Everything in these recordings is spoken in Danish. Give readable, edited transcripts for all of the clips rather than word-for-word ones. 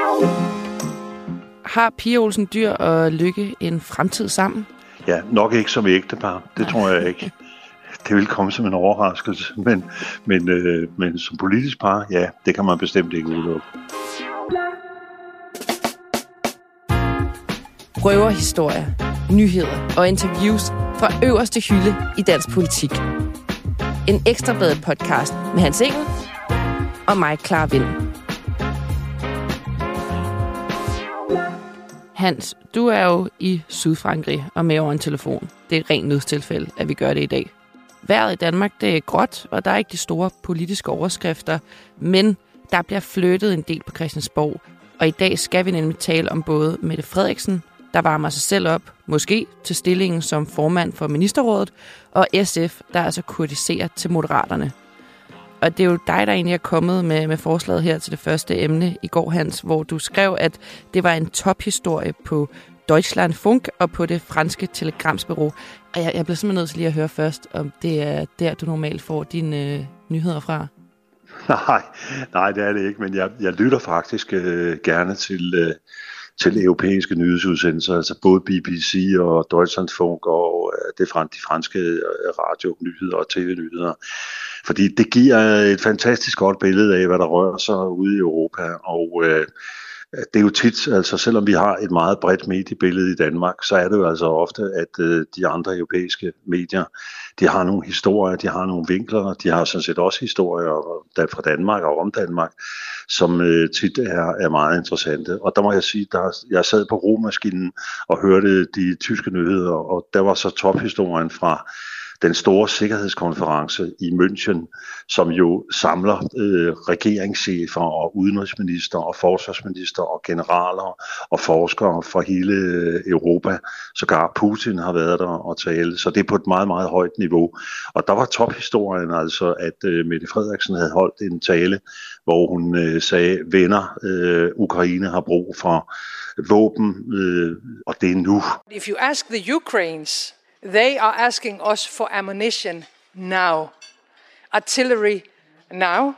Har Pia Olsen Dyhr og Løkke en fremtid sammen? Ja, nok ikke som ægtepar. Det tror jeg ikke. Det vil komme som en overraskelse. Men som politisk par, ja, det kan man bestemt ikke udelukke. Røverhistorier, nyheder og interviews fra øverste hylde i dansk politik. En Ekstrabladet podcast med Hans Engel og mig, Clara Vind. Hans, du er jo i Sydfrankrig og med over en telefon. Det er et rent nødstilfælde, at vi gør det i dag. Vejret i Danmark, det er gråt, og der er ikke de store politiske overskrifter, men der bliver flyttet en del på Christiansborg. Og i dag skal vi nemlig tale om både Mette Frederiksen, der varmer sig selv op, måske til stillingen som formand for Ministerrådet, og SF, der altså kurdiserer til Moderaterne. Og det er jo dig, der egentlig er kommet med forslaget her til det første emne i går, Hans, hvor du skrev, at det var en tophistorie på Deutschlandfunk og på det franske telegramsbureau. Og jeg bliver simpelthen nødt til lige at høre først, om det er der, du normalt får dine nyheder fra. Nej, det er det ikke, men jeg lytter faktisk gerne til europæiske nyhedsudsendelser, altså både BBC og Deutschlandfunk og de franske radionyheder og tv-nyheder. Fordi det giver et fantastisk godt billede af, hvad der rører sig ude i Europa, og det er jo tit, altså selvom vi har et meget bredt mediebillede i Danmark, så er det jo altså ofte, at de andre europæiske medier, de har nogle historier, de har nogle vinkler, de har sådan set også historier fra Danmark og om Danmark, som tit er meget interessante. Og der må jeg sige, jeg sad på romaskinen og hørte de tyske nyheder, og der var så tophistorien fra den store sikkerhedskonference i München, som jo samler regeringschefer og udenrigsminister og forsvarsminister og generaler og forskere fra hele Europa. Sågar Putin har været der og tale, så det er på et meget, meget højt niveau. Og der var tophistorien altså, at Mette Frederiksen havde holdt en tale, hvor hun sagde, venner, Ukraine har brug for våben, og det er nu. If you ask the Ukrainians, they are asking us for ammunition now, artillery now.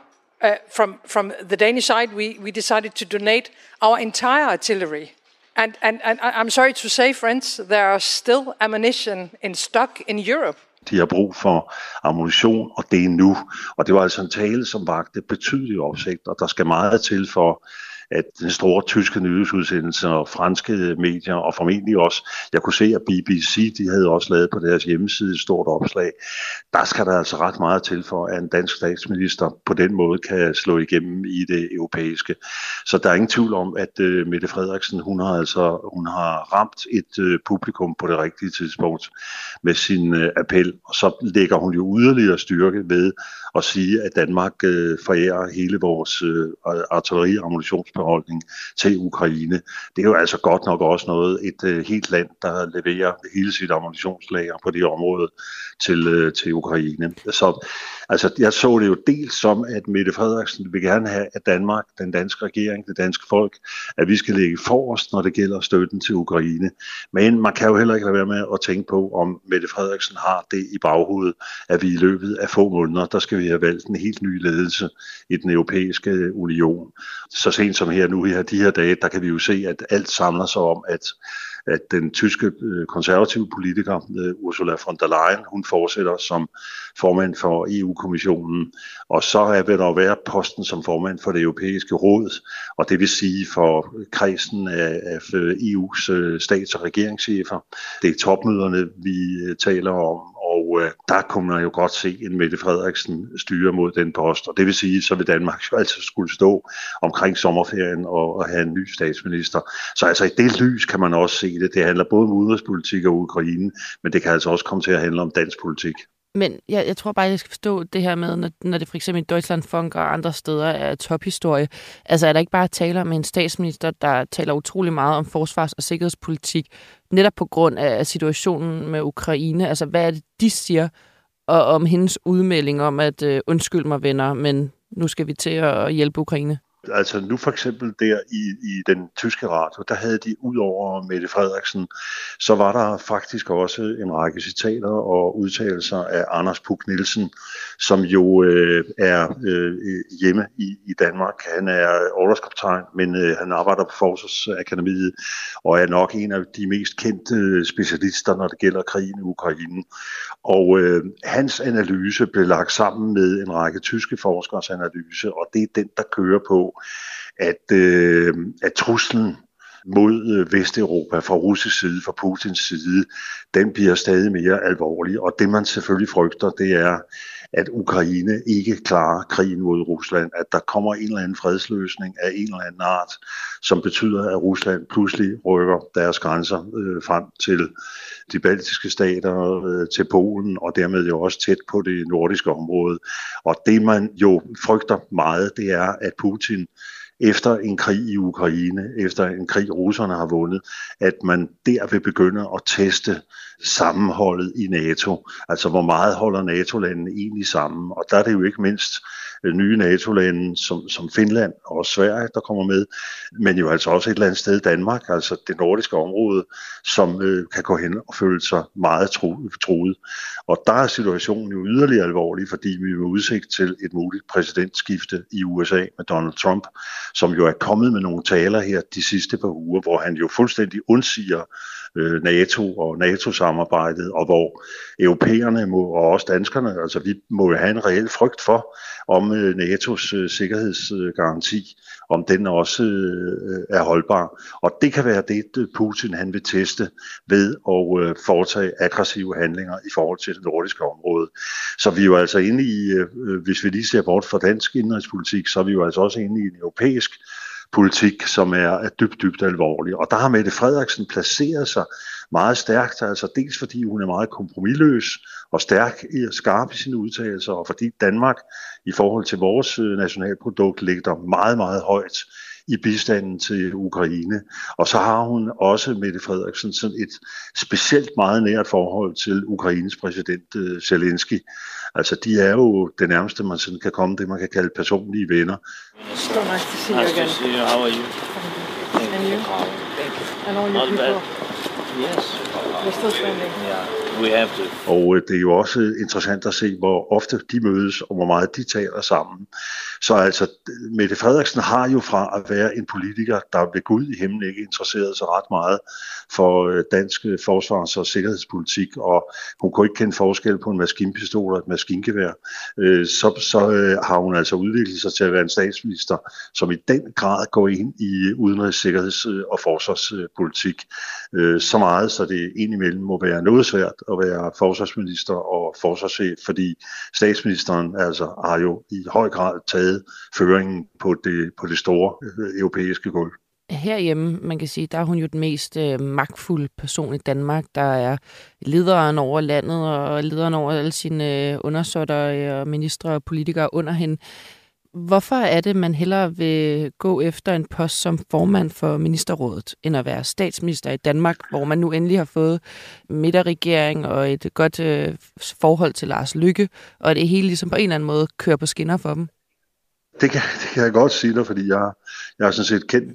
From the Danish side, we decided to donate our entire artillery. And I'm sorry to say, friends, there are still ammunition in stock in Europe. De har brug for ammunition, og det er nu. Og det var altså en tale, som vagte betydelig opsigt, og der skal meget til for, at den store tyske nyhedsudsendelser og franske medier, og formentlig også, jeg kunne se, at BBC, de havde også lavet på deres hjemmeside et stort opslag. Der skal der altså ret meget til for, at en dansk statsminister på den måde kan slå igennem i det europæiske. Så der er ingen tvivl om, at Mette Frederiksen, hun har ramt et publikum på det rigtige tidspunkt med sin appel, og så lægger hun jo yderligere styrke ved at sige, at Danmark forærer hele vores artilleri- og ammunitionsbeholdning til Ukraine. Det er jo altså godt nok også noget, et helt land, der leverer hele sit ammunitionslager på det område til Ukraine. Så altså, jeg så det jo dels som, at Mette Frederiksen vil gerne have, at Danmark, den danske regering, det danske folk, at vi skal ligge forrest, når det gælder støtten til Ukraine. Men man kan jo heller ikke lade være med at tænke på, om Mette Frederiksen har det i baghovedet, at vi i løbet af få måneder, der skal vi have valgt en helt ny ledelse i den europæiske union. Så sent som her nu, de her dage, der kan vi jo se, at alt samler sig om, at den tyske konservative politiker Ursula von der Leyen, hun fortsætter som formand for EU-kommissionen, og så vil der være posten som formand for det europæiske råd, og det vil sige for kredsen af EU's stats- og regeringschefer. Det er topmøderne, vi taler om, og der kunne man jo godt se en Mette Frederiksen styre mod den post, og det vil sige, så vil Danmark jo altså skulle stå omkring sommerferien og have en ny statsminister. Så altså i det lys kan man også se det. Det handler både om udenrigspolitik og Ukraine, men det kan altså også komme til at handle om dansk politik. Men jeg tror bare, jeg skal forstå det her med, når det for eksempel i Deutschlandfunk og andre steder er tophistorie. Altså er der ikke bare tale om en statsminister, der taler utrolig meget om forsvars- og sikkerhedspolitik, netop på grund af situationen med Ukraine? Altså hvad er det, de siger om hendes udmelding om, at undskyld mig venner, men nu skal vi til at hjælpe Ukraine? Altså nu for eksempel der i den tyske radio, der havde de ud over Mette Frederiksen, så var der faktisk også en række citater og udtalelser af Anders Puk Nielsen, som jo er hjemme i Danmark. Han er orlogskaptajn, men han arbejder på Forsvarsakademiet og er nok en af de mest kendte specialister, når det gælder krigen i Ukraine. Og hans analyse blev lagt sammen med en række tyske forskers analyse, og det er den, der kører på, at truslen mod Vesteuropa fra russisk side, fra Putins side, den bliver stadig mere alvorlig. Og det man selvfølgelig frygter, det er, at Ukraine ikke klarer krigen mod Rusland, at der kommer en eller anden fredsløsning af en eller anden art, som betyder, at Rusland pludselig rykker deres grænser frem til de baltiske stater, til Polen, og dermed jo også tæt på det nordiske område. Og det man jo frygter meget, det er, at Putin efter en krig i Ukraine, efter en krig russerne har vundet, at man der vil begynde at teste sammenholdet i NATO. Altså hvor meget holder NATO-landene egentlig sammen? Og der er det jo ikke mindst nye NATO-lande som Finland og Sverige, der kommer med, men jo altså også et eller andet sted Danmark, altså det nordiske område, som kan gå hen og føle sig meget truet. Og der er situationen jo yderligere alvorlig, fordi vi er udsigt til et muligt præsidentskifte i USA med Donald Trump, som jo er kommet med nogle taler her de sidste par uger, hvor han jo fuldstændig undsiger NATO og NATO-samarbejdet, og hvor europæerne og også danskerne, altså vi må jo have en reel frygt for, om NATO's sikkerhedsgaranti, om den også er holdbar. Og det kan være det, Putin han vil teste ved at foretage aggressive handlinger i forhold til det nordiske område. Så vi er jo altså inde i, hvis vi lige ser bort fra dansk indrigspolitik, så er vi jo altså også inde i en europæisk politik, som er dybt alvorlig. Og der har Mette Frederiksen placeret sig meget stærkt, altså dels fordi hun er meget kompromisløs og skarp i sine udtalelser, og fordi Danmark i forhold til vores nationalprodukt ligger meget, meget højt i bistanden til Ukraine. Og så har hun også, Mette Frederiksen, sådan et specielt meget nært forhold til Ukraines præsident Zelensky. Altså de er jo det nærmeste, man sådan kan komme, det man kan kalde personlige venner. So nice to see you again. Nice to see you. How are you? And you? Thank you. And all your Not people? bad. Yes. We're still spending. Yeah, we have to. Og det er jo også interessant at se, hvor ofte de mødes, og hvor meget de taler sammen. Så altså, Mette Frederiksen har jo fra at være en politiker, der ved Gud i himlen ikke interesseret sig ret meget for dansk forsvars- og sikkerhedspolitik, og hun kunne ikke kende forskel på en maskinpistol og et maskingevær, så har hun altså udviklet sig til at være en statsminister, som i den grad går ind i udenrigs-, sikkerheds- og forsvarspolitik. Så meget, så det indimellem må være noget svært at være forsvarsminister og forsvarschef, fordi statsministeren altså har jo i høj grad taget føringen på det store europæiske gulv. Herhjemme, man kan sige, der er hun jo den mest magtfulde person i Danmark, der er lederen over landet og lederen over alle sine undersåtter og ministre og politikere under hende. Hvorfor er det, man hellere vil gå efter en post som formand for ministerrådet, end at være statsminister i Danmark, hvor man nu endelig har fået midterregering og et godt forhold til Lars Løkke, og det hele ligesom på en eller anden måde kører på skinner for dem? Det kan jeg godt sige dig, fordi jeg har sådan set kendt,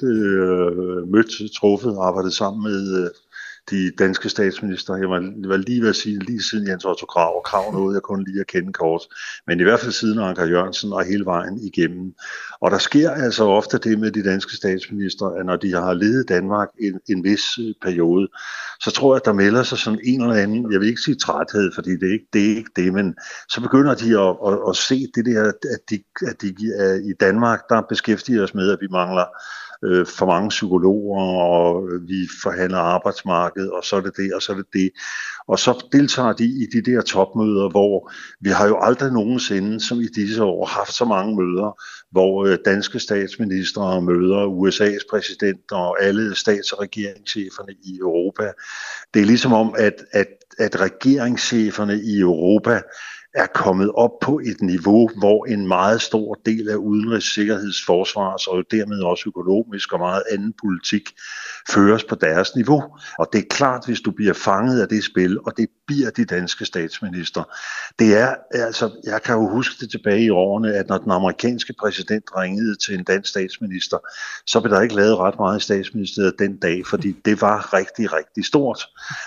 mødt, truffet, arbejdet sammen med de danske statsminister. Jeg var lige ved at sige, lige siden Jens Otto Krag, og Krag noget, jeg kun lige at kende kort, men i hvert fald siden Anker Jørgensen og hele vejen igennem. Og der sker altså ofte det med de danske statsminister, at når de har ledet Danmark en vis periode, så tror jeg, at der melder sig sådan en eller anden, jeg vil ikke sige træthed, fordi det er ikke det, men så begynder de at se det der, at de i Danmark, der beskæftiger os med, at vi mangler for mange psykologer, og vi forhandler arbejdsmarkedet, og så er det det, og så er det det. Og så deltager de i de der topmøder, hvor vi har jo aldrig nogensinde, som i disse år, haft så mange møder, hvor danske statsministre møder USA's præsident og alle stats- og regeringscheferne i Europa. Det er ligesom om, at regeringscheferne i Europa er kommet op på et niveau, hvor en meget stor del af udenrigs-, sikkerheds-, forsvars og dermed også økonomisk og meget anden politik føres på deres niveau. Og det er klart, hvis du bliver fanget af det spil, og det bliver de danske statsminister. Det er, altså, jeg kan jo huske det tilbage i årene, at når den amerikanske præsident ringede til en dansk statsminister, så blev der ikke lavet ret meget i statsministeriet den dag, fordi det var rigtig, rigtig stort.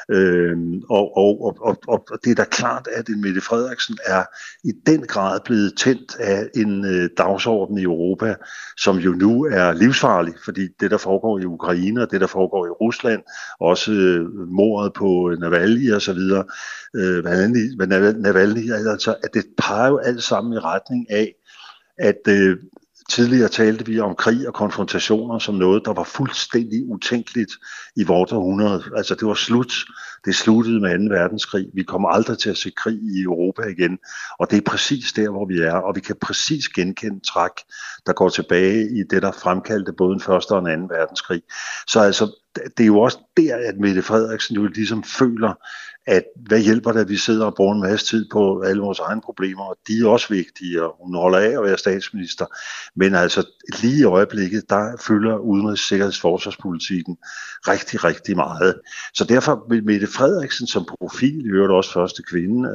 Og det er da klart, at en Mette Frederiksen er i den grad blevet tændt af en dagsorden i Europa, som jo nu er livsfarlig, fordi det, der foregår i Ukraine, og det, der foregår i Rusland, også mordet på Navalny og så videre, Navalny, altså, at det peger jo alt sammen i retning af, at tidligere talte vi om krig og konfrontationer som noget, der var fuldstændig utænkeligt i vores århundrede. Altså det var slut. Det sluttede med 2. verdenskrig. Vi kommer aldrig til at se krig i Europa igen. Og det er præcis der, hvor vi er. Og vi kan præcis genkende træk, der går tilbage i det, der fremkaldte både den 1. og den 2. verdenskrig. Så altså, det er jo også der, at Mette Frederiksen jo ligesom føler, at hvad hjælper det, at vi sidder og bruger en masse tid på alle vores egne problemer, og de er også vigtige, og hun holder af at være statsminister. Men altså lige i øjeblikket, der fylder udenrigs-, sikkerheds- og forsvarspolitikken rigtig, rigtig meget. Så derfor vil Mette Frederiksen som profil, i øvrigt også første kvinde,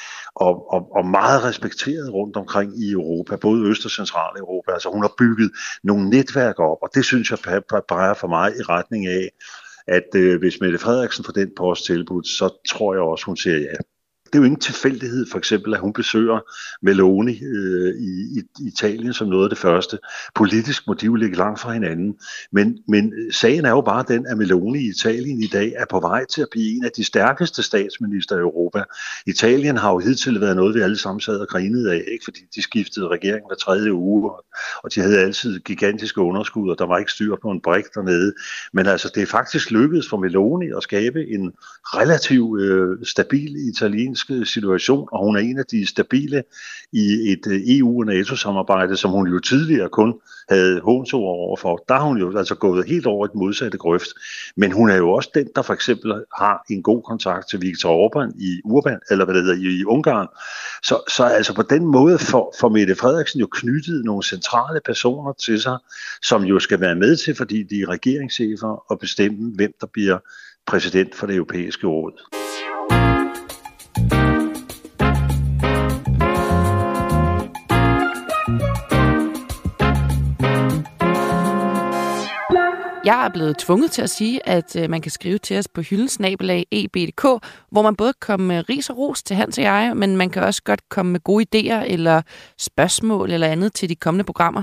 og meget respekteret rundt omkring i Europa, både Øst- og Centraleuropa. Altså hun har bygget nogle netværk op, og det synes jeg peger for mig i retning af, at hvis Mette Frederiksen får den post tilbudt, så tror jeg også, hun siger ja. Det er jo ingen tilfældighed, for eksempel, at hun besøger Meloni i Italien som noget af det første. Politisk må de jo ligge langt fra hinanden. Men sagen er jo bare den, at Meloni i Italien i dag er på vej til at blive en af de stærkeste statsminister i Europa. Italien har jo hidtil været noget, vi alle sammen sad og grinede af, ikke? Fordi de skiftede regering hver 3. uge, og de havde altid gigantiske underskud, og der var ikke styr på en brik dernede. Men altså, det er faktisk lykkedes for Meloni at skabe en relativt stabil italiensk situation, og hun er en af de stabile i et EU- og NATO-samarbejde, som hun jo tidligere kun havde hånsord overfor. Der har hun jo altså gået helt over et modsatte grøft. Men hun er jo også den, der for eksempel har en god kontakt til Viktor Orbán i Ungarn. Så altså på den måde får Mette Frederiksen jo knyttet nogle centrale personer til sig, som jo skal være med til, fordi de er regeringschefer, og bestemme, hvem der bliver præsident for det europæiske råd. Jeg er blevet tvunget til at sige, at man kan skrive til os på hylden@eb.dk, hvor man både kan komme med ris og ros til Hans og jeg, men man kan også godt komme med gode idéer eller spørgsmål eller andet til de kommende programmer.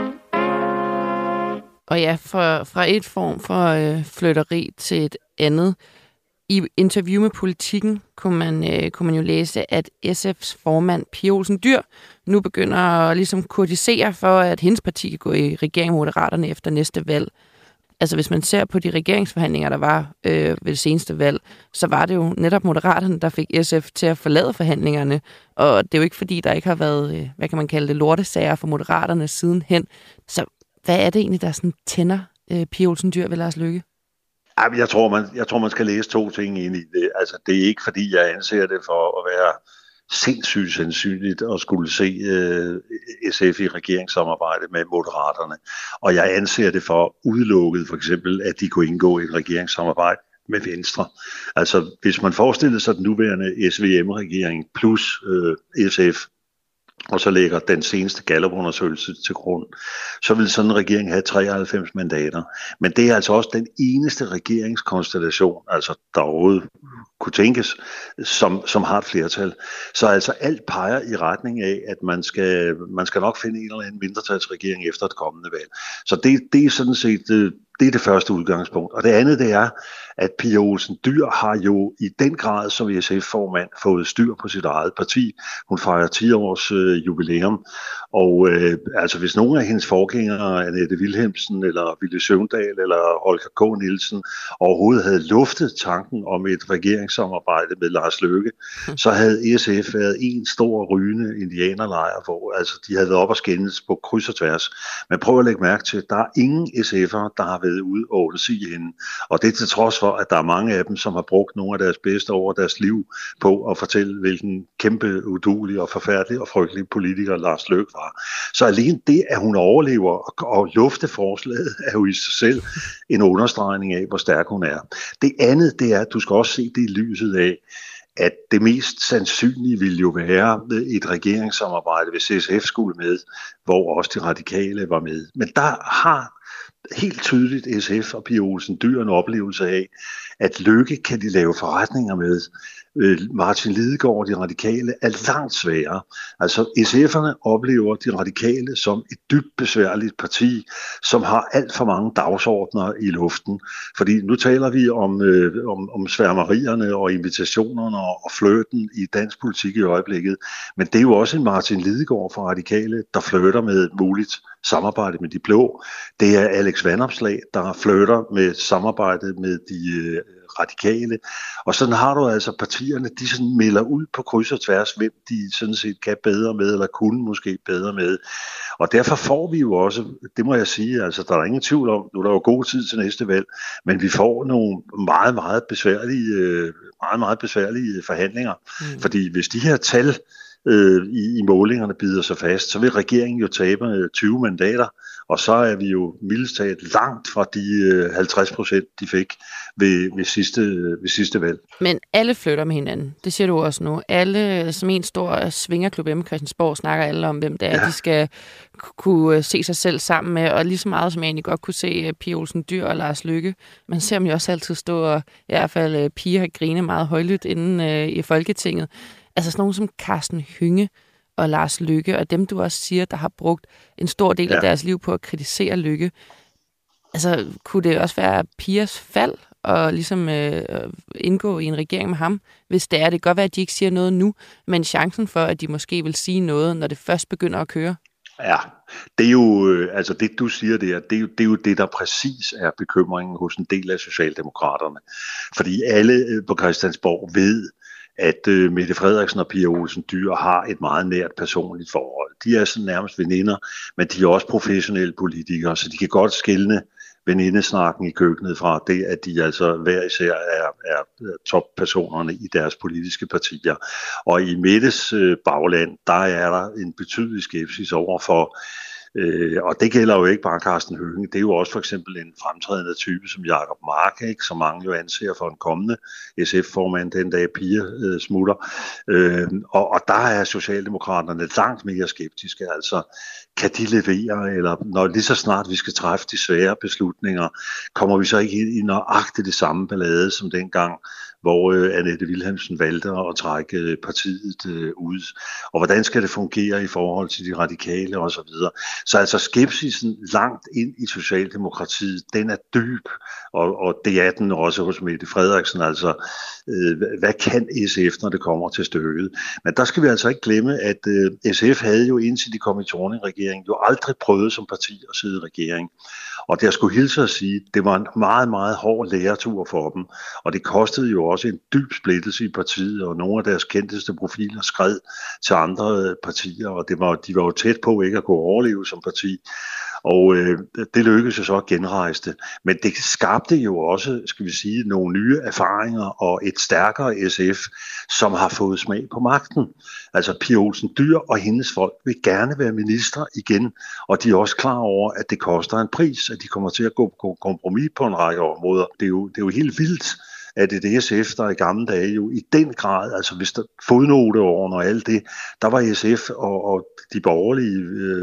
Og ja, fra et form for flytteri til et andet. I interview med Politikken kunne man jo læse, at SF's formand Pia Olsen Dyhr nu begynder at ligesom kurtisere for, at hendes parti kan gå i regering med Moderaterne efter næste valg. Altså hvis man ser på de regeringsforhandlinger, der var ved det seneste valg, så var det jo netop Moderaterne, der fik SF til at forlade forhandlingerne. Og det er jo ikke fordi, der ikke har været, hvad kan man kalde det, lortesager for Moderaterne sidenhen. Så hvad er det egentlig, der sådan tænder Pia Olsen Dyhr ved Lars Løkke? Jeg tror, man skal læse 2 ting ind i det. Altså, det er ikke fordi, jeg anser det for at være sindssygt sandsynligt at skulle se SF i regeringssamarbejde med Moderaterne. Og jeg anser det for udelukket, for eksempel, at de kunne indgå i et regeringssamarbejde med Venstre. Altså, hvis man forestiller sig den nuværende SVM-regering plus SF, og så lægger den seneste Gallup-undersøgelse til grund, så vil sådan en regering have 93 mandater. Men det er altså også den eneste regeringskonstellation, altså der overhovedet kunne tænkes, som har et flertal. Så altså alt peger i retning af, at man skal nok finde en eller anden mindretalsregering efter et kommende valg. Så det er sådan set det er det første udgangspunkt. Og det andet, det er, at Pia Olsen Dyhr har jo i den grad som SF-formand fået styr på sit eget parti. Hun fejrer 10 års jubilæum. Og altså hvis nogen af hendes forgængere, Annette Wilhelmsen eller Villy Søvndal eller Holger K. Nielsen, overhovedet havde luftet tanken om et regeringssamarbejde med Lars Løkke, så havde SF været en stor rygende indianerlejr, hvor altså, de havde været op og skændes på kryds og tværs. Men prøv at lægge mærke til, at der er ingen SF'ere, der har været ude og sige hende. Og det er til trods for, at der er mange af dem, som har brugt nogle af deres bedste år af deres liv på at fortælle, hvilken kæmpe, uduelig og forfærdelig og frygtelig politiker Lars Løkke var. Så alene det, at hun overlever og lufte forslaget, er jo i sig selv en understregning af, hvor stærk hun er. Det andet, det er, at du skal også se det i lyset af, at det mest sandsynlige ville jo være et regeringssamarbejde, hvis SF skulle med, hvor også de radikale var med. Men der har helt tydeligt SF og Pia Olsen Dyhr en oplevelse af, at Løkke kan de lave forretninger med. Martin Lidegaard og de radikale er langt sværere. Altså SF'erne oplever de radikale som et dybt besværligt parti, som har alt for mange dagsordner i luften. Fordi nu taler vi om sværmerierne og invitationerne og flirten i dansk politik i øjeblikket. Men det er jo også en Martin Lidegaard fra radikale, der flirter med muligt samarbejde med de blå. Det er Alex Vanopslagh, der flirter med samarbejdet med de radikale. Og sådan har du altså partierne, de sådan melder ud på kryds og tværs, hvem de sådan set kan bedre med, eller kunne måske bedre med. Og derfor får vi jo også, det må jeg sige, altså der er ingen tvivl om, nu er der jo god tid til næste valg, men vi får nogle meget, meget besværlige forhandlinger. Fordi hvis de her tal i målingerne bider sig fast, så vil regeringen jo tabe 20 mandater, og så er vi jo mildest talt langt fra de 50%, de fik ved sidste valg. Men alle flytter med hinanden. Det siger du også nu. Alle, som en stor svingerklub hjemme i Christiansborg, snakker alle om, hvem det er, de skal kunne se sig selv sammen med, og lige så meget som jeg egentlig godt kunne se Pia Olsen Dyhr og Lars Løkke. Man ser dem jo også altid stå, og i hvert fald Pia har grinet meget højlydt inde i Folketinget. Altså sådan nogen som Karsten Hønge og Lars Løkke, og dem du også siger, der har brugt en stor del af deres liv på at kritisere Løkke. Altså kunne det også være Pias fald og ligesom indgå i en regering med ham, hvis det er. Det kan godt være, at de ikke siger noget nu, men chancen for, at de måske vil sige noget, når det først begynder at køre. Ja, det er jo, altså det du siger der, det er jo det, der præcis er bekymringen hos en del af Socialdemokraterne. Fordi alle på Christiansborg ved, at Mette Frederiksen og Pia Olsen Dyhr har et meget nært personligt forhold. De er sådan nærmest veninder, men de er også professionelle politikere, så de kan godt skelne venindesnakken i køkkenet fra det, at de altså hver især er toppersonerne i deres politiske partier. Og i Mettes bagland, der er der en betydelig skepsis overfor. Og det gælder jo ikke bare Karsten Hønge, det er jo også for eksempel en fremtrædende type som Jacob Mark, ikke, som mange jo anser for en kommende SF-formand den dag Pia smutter. Og der er Socialdemokraterne langt mere skeptiske, altså kan de levere, eller når lige så snart vi skal træffe de svære beslutninger, kommer vi så ikke ind i nøjagtigt det samme ballade som dengang, hvor Annette Wilhelmsen valgte at trække partiet ud. Og hvordan skal det fungere i forhold til de radikale osv. Så altså skepsisen langt ind i Socialdemokratiet, den er dyb, og det er den også hos Mette Frederiksen. Altså, hvad kan SF, når det kommer til stykket? Men der skal vi altså ikke glemme, at SF havde jo indtil de kom i Thorning-regeringen jo aldrig prøvet som parti at sidde i regering. Og det jeg skulle hilse at sige, det var en meget, meget hård læretur for dem, og det kostede jo også en dyb splittelse i partiet, og nogle af deres kendteste profiler skred til andre partier, og de var jo tæt på ikke at kunne overleve som parti. Og det lykkedes jo så at genrejse det. Men det skabte jo også, skal vi sige, nogle nye erfaringer og et stærkere SF, som har fået smag på magten. Altså Pia Olsen Dyhr og hendes folk vil gerne være minister igen, og de er også klar over, at det koster en pris, at de kommer til at gå på kompromis på en række områder. Det er jo helt vildt, at det SF, der i gamle dage jo i den grad, altså hvis der fodnoteårene og alt det, der var SF og de borgerlige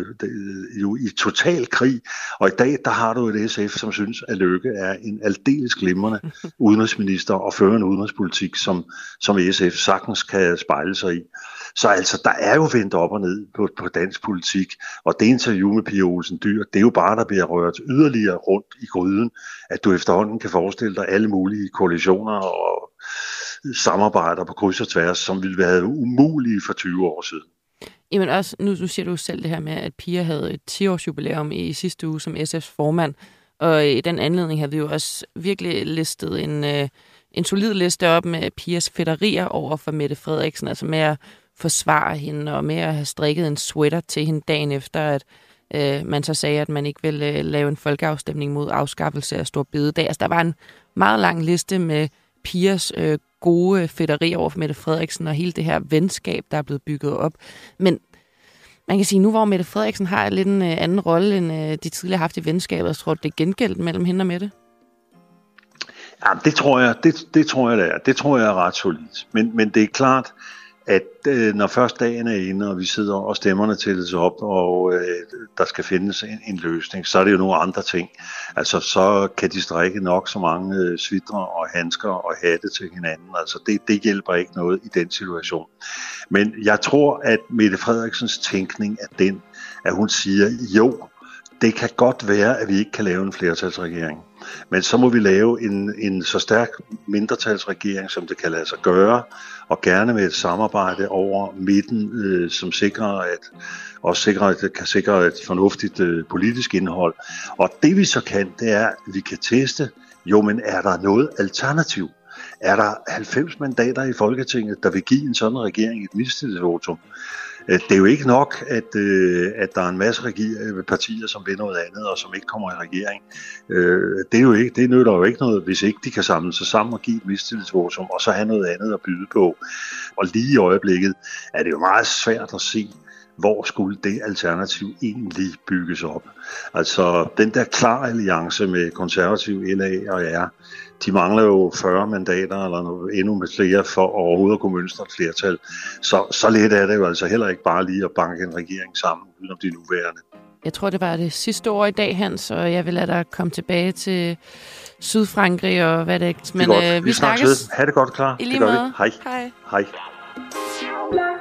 jo i total krig, og i dag, der har du et SF, som synes, at Løkke er en aldeles glimrende udenrigsminister og fører en udenrigspolitik, som SF sagtens kan spejle sig i. Så altså, der er jo vendt op og ned på dansk politik, og det interview med Pia Olsen Dyhr, det er jo bare, der bliver rørt yderligere rundt i gryden, at du efterhånden kan forestille dig alle mulige koalitioner og samarbejder på kryds og tværs, som ville være umulige for 20 år siden. Jamen også, nu siger du selv det her med, at Pia havde et 10-års jubilæum i sidste uge som SF's formand, og i den anledning havde vi jo også virkelig listet en solid liste op med Pias fætterier over for Mette Frederiksen, altså med at forsvare hende og med at have strikket en sweater til hende dagen efter, at man så sagde, at man ikke ville lave en folkeafstemning mod afskaffelse af store bededag. Altså, der var en meget lang liste med Pias gode fætterier over for Mette Frederiksen og hele det her venskab, der er blevet bygget op. Men man kan sige, nu hvor Mette Frederiksen har lidt en anden rolle, end de tidligere har haft i venskabet, så tror du, det er gengældt mellem hende og Mette? Ja, det tror jeg, det er. Det tror jeg er ret solidt. Men det er klart, at når først dagen er inde, og vi sidder og stemmerne tælles op, og der skal findes en løsning, så er det jo nogle andre ting. Altså, så kan de strikke nok så mange svitre og handsker og hatte til hinanden. Altså, det hjælper ikke noget i den situation. Men jeg tror, at Mette Frederiksens tænkning er den, at hun siger, jo, det kan godt være, at vi ikke kan lave en flertalsregering. Men så må vi lave en så stærk mindretalsregering, som det kan lade sig gøre, og gerne med et samarbejde over midten, som sikrer, at det kan sikre et fornuftigt politisk indhold. Og det vi så kan, det er, at vi kan teste, jo, men er der noget alternativ? Er der 90 mandater i Folketinget, der vil give en sådan regering et mistillidsvotum? Det er jo ikke nok, at der er en masse partier, som vil noget andet, og som ikke kommer i regering. Det nytter jo ikke noget, hvis ikke de kan samle sig sammen og give et mistillidsvotum, og så have noget andet at byde på. Og lige i øjeblikket er det jo meget svært at se, hvor skulle det alternativ egentlig bygges op. Altså, den der klare alliance med konservativ LA og R, de mangler jo 40 mandater eller endnu med flere for overhovedet at kunne mønstre et flertal. Så let er det jo altså heller ikke bare lige at banke en regering sammen udenom de nuværende. Jeg tror, det var det sidste år i dag, Hans, og jeg vil lade dig komme tilbage til Sydfrankrig og hvad det er. Men det er godt. Vi snakkes ved. Ha' det godt, klar. I lige måde. Hej. Hej. Hej.